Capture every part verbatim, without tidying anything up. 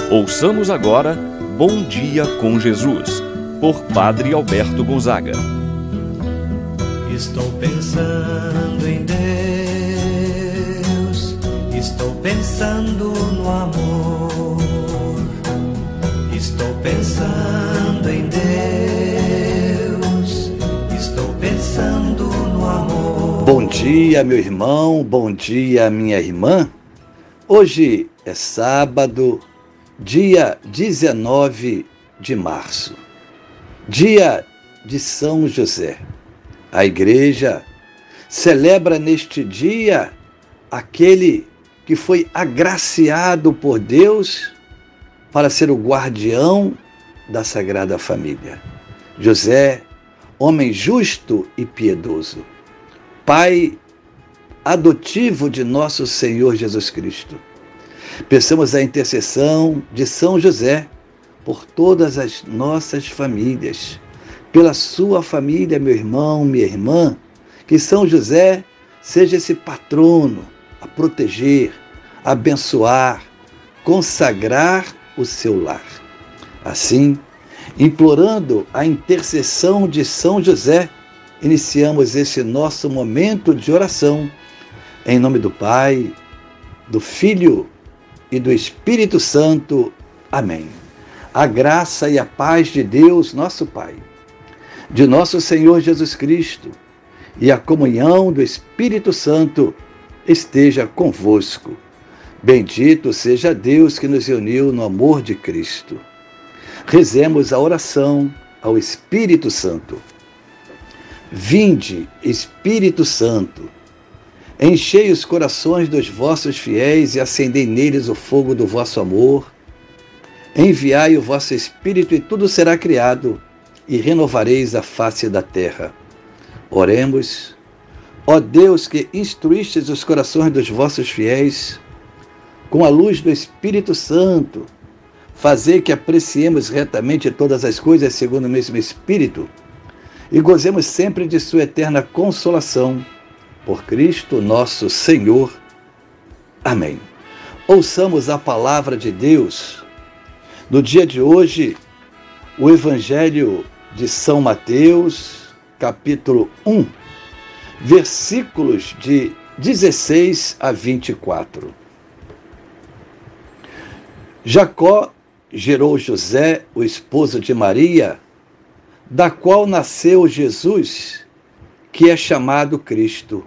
Ouçamos agora Bom Dia com Jesus, por Padre Alberto Gonzaga. Estou pensando em Deus, estou pensando no amor, estou pensando em Deus, estou pensando no amor. Bom dia, meu irmão, bom dia, minha irmã. Hoje é sábado, dia dezenove de março, dia de São José. A igreja celebra neste dia aquele que foi agraciado por Deus para ser o guardião da Sagrada Família. José, homem justo e piedoso, pai adotivo de nosso Senhor Jesus Cristo. Peçamos a intercessão de São José por todas as nossas famílias, pela sua família, meu irmão, minha irmã, que São José seja esse patrono a proteger, a abençoar, consagrar o seu lar. Assim, implorando a intercessão de São José, iniciamos esse nosso momento de oração, em nome do Pai, do Filho e do Espírito Santo. Amém. A graça e a paz de Deus, nosso Pai, de nosso Senhor Jesus Cristo e a comunhão do Espírito Santo esteja convosco. Bendito seja Deus que nos uniu no amor de Cristo. Rezemos a oração ao Espírito Santo. Vinde, Espírito Santo, enchei os corações dos vossos fiéis e acendei neles o fogo do vosso amor. Enviai o vosso Espírito e tudo será criado, e renovareis a face da terra. Oremos. Ó Deus, que instruístes os corações dos vossos fiéis, com a luz do Espírito Santo, fazei que apreciemos retamente todas as coisas segundo o mesmo Espírito, e gozemos sempre de sua eterna consolação. Por Cristo nosso Senhor. Amém. Ouçamos a palavra de Deus. No dia de hoje, o Evangelho de São Mateus, capítulo um, versículos de dezesseis a vinte e quatro. Jacó gerou José, o esposo de Maria, da qual nasceu Jesus, que é chamado Cristo.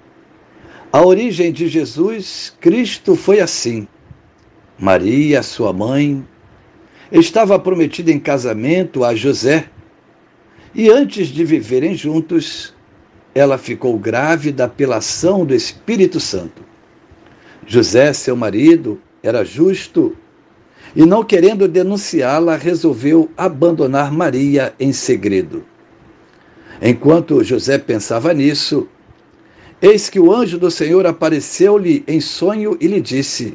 A origem de Jesus, Cristo, foi assim. Maria, sua mãe, estava prometida em casamento a José, e antes de viverem juntos, ela ficou grávida pela ação do Espírito Santo. José, seu marido, era justo e, não querendo denunciá-la, resolveu abandonar Maria em segredo. Enquanto José pensava nisso, eis que o anjo do Senhor apareceu-lhe em sonho e lhe disse: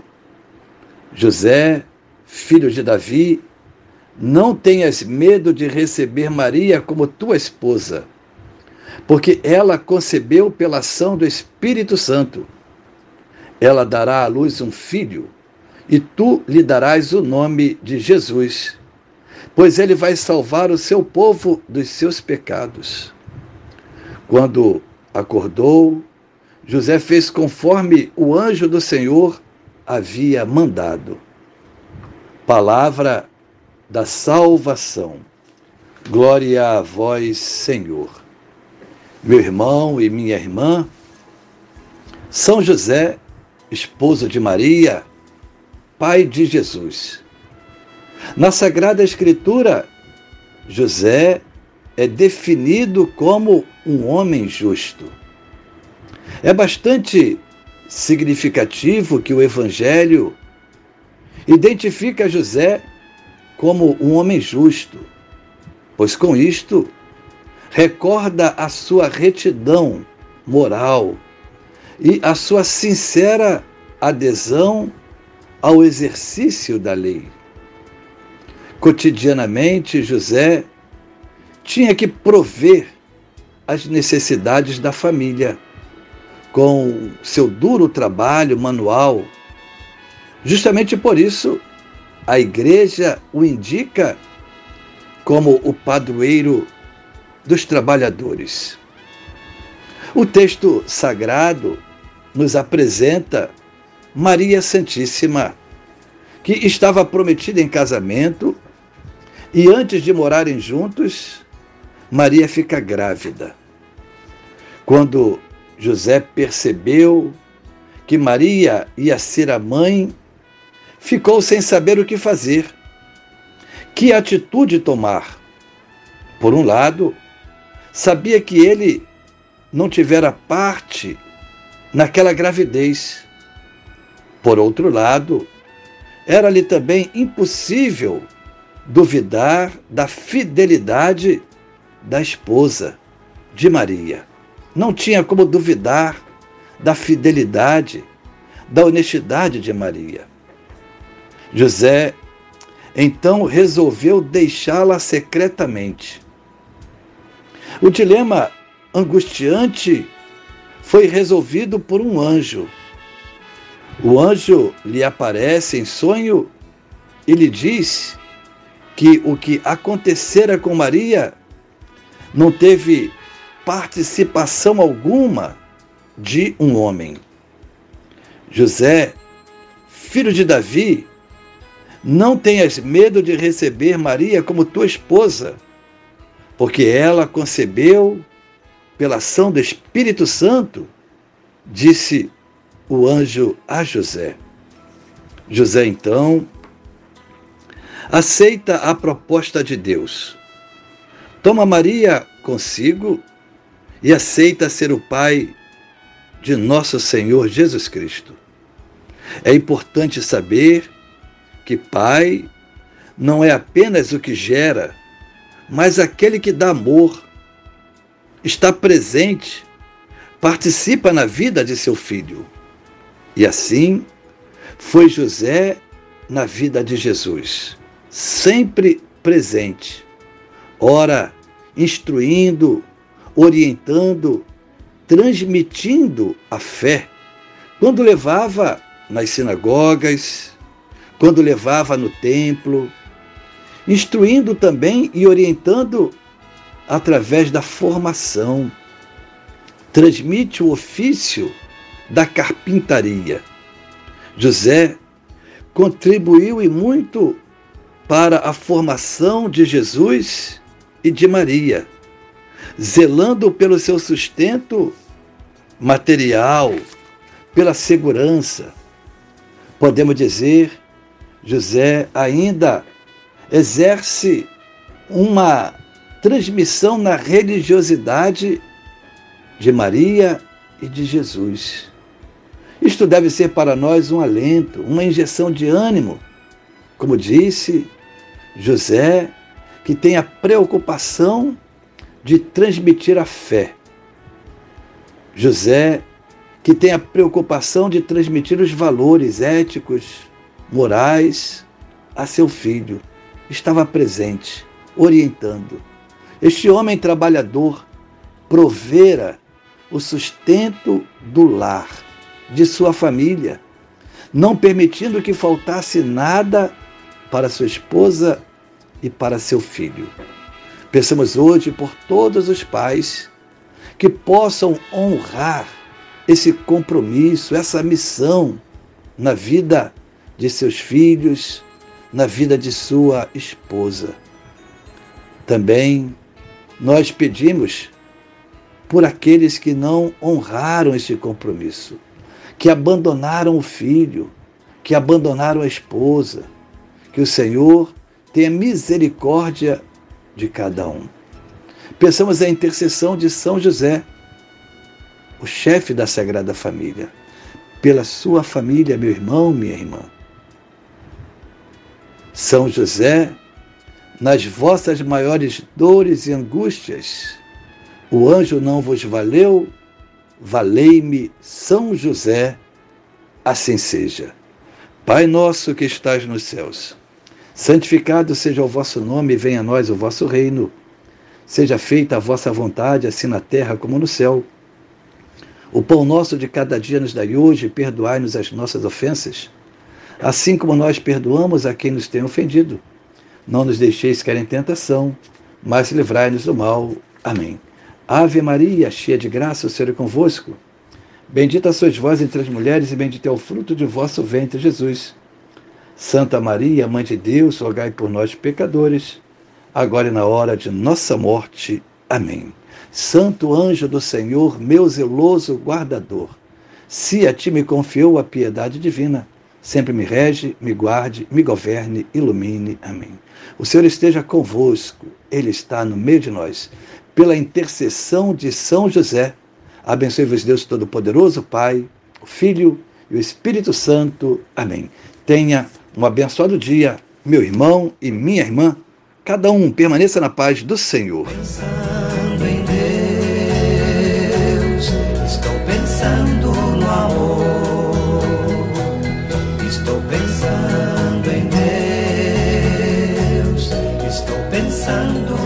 José, filho de Davi, não tenhas medo de receber Maria como tua esposa, porque ela concebeu pela ação do Espírito Santo. Ela dará à luz um filho, e tu lhe darás o nome de Jesus, pois ele vai salvar o seu povo dos seus pecados. Quando acordou, José fez conforme o anjo do Senhor havia mandado. Palavra da salvação. Glória a vós, Senhor. Meu irmão e minha irmã, São José, esposo de Maria, pai de Jesus. Na Sagrada Escritura, José é definido como um homem justo. É bastante significativo que o Evangelho identifica José como um homem justo, pois com isto recorda a sua retidão moral e a sua sincera adesão ao exercício da lei. Cotidianamente, José tinha que prover as necessidades da família, com seu duro trabalho manual. Justamente por isso, a igreja o indica como o padroeiro dos trabalhadores. O texto sagrado nos apresenta Maria Santíssima, que estava prometida em casamento, e antes de morarem juntos, Maria fica grávida. Quando José percebeu que Maria ia ser a mãe, ficou sem saber o que fazer, que atitude tomar. Por um lado, sabia que ele não tivera parte naquela gravidez. Por outro lado, era-lhe também impossível duvidar da fidelidade da esposa de Maria. Não tinha como duvidar da fidelidade, da honestidade de Maria. José, então, resolveu deixá-la secretamente. O dilema angustiante foi resolvido por um anjo. O anjo lhe aparece em sonho e lhe diz que o que acontecera com Maria não teve participação alguma de um homem. José, filho de Davi, não tenhas medo de receber Maria como tua esposa, porque ela concebeu pela ação do Espírito Santo, disse o anjo a José. José, então, aceita a proposta de Deus. Toma Maria consigo e aceita ser o pai de nosso Senhor Jesus Cristo. É importante saber que pai não é apenas o que gera, mas aquele que dá amor, está presente, participa na vida de seu filho. E assim foi José na vida de Jesus, sempre presente, ora instruindo, orientando, transmitindo a fé, quando levava nas sinagogas, quando levava no templo, instruindo também e orientando através da formação. Transmite o ofício da carpintaria. José contribuiu e muito para a formação de Jesus e de Maria, zelando pelo seu sustento material, pela segurança. Podemos dizer, José ainda exerce uma transmissão na religiosidade de Maria e de Jesus. Isto deve ser para nós um alento, uma injeção de ânimo, como disse José, que tem a preocupação de transmitir a fé. José, que tem a preocupação de transmitir os valores éticos, morais a seu filho. Estava presente, orientando. Este homem trabalhador provera o sustento do lar, de sua família, não permitindo que faltasse nada para sua esposa e para seu filho. Pensamos hoje por todos os pais que possam honrar esse compromisso, essa missão na vida de seus filhos, na vida de sua esposa. Também nós pedimos por aqueles que não honraram esse compromisso, que abandonaram o filho, que abandonaram a esposa, que o Senhor tenha misericórdia de cada um. Pensamos na intercessão de São José, o chefe da Sagrada Família, pela sua família, meu irmão, minha irmã. São José, nas vossas maiores dores e angústias, o anjo não vos valeu, valei-me São José, assim seja. Pai nosso que estás nos céus, santificado seja o vosso nome, venha a nós o vosso reino. Seja feita a vossa vontade, assim na terra como no céu. O pão nosso de cada dia nos dai hoje, perdoai-nos as nossas ofensas, assim como nós perdoamos a quem nos tem ofendido. Não nos deixeis cair em tentação, mas livrai-nos do mal. Amém. Ave Maria, cheia de graça, o Senhor é convosco. Bendita sois vós entre as mulheres, e bendito é o fruto de vosso ventre, Jesus. Santa Maria, Mãe de Deus, rogai por nós, pecadores, agora e na hora de nossa morte. Amém. Santo anjo do Senhor, meu zeloso guardador, se a ti me confiou a piedade divina, sempre me rege, me guarde, me governe, ilumine. Amém. O Senhor esteja convosco, Ele está no meio de nós. Pela intercessão de São José, abençoe-vos Deus Todo-Poderoso, Pai, o Filho e o Espírito Santo. Amém. Tenha um abençoado dia, meu irmão e minha irmã. Cada um permaneça na paz do Senhor. Pensando em Deus, estou pensando no amor. Estou pensando em Deus, estou pensando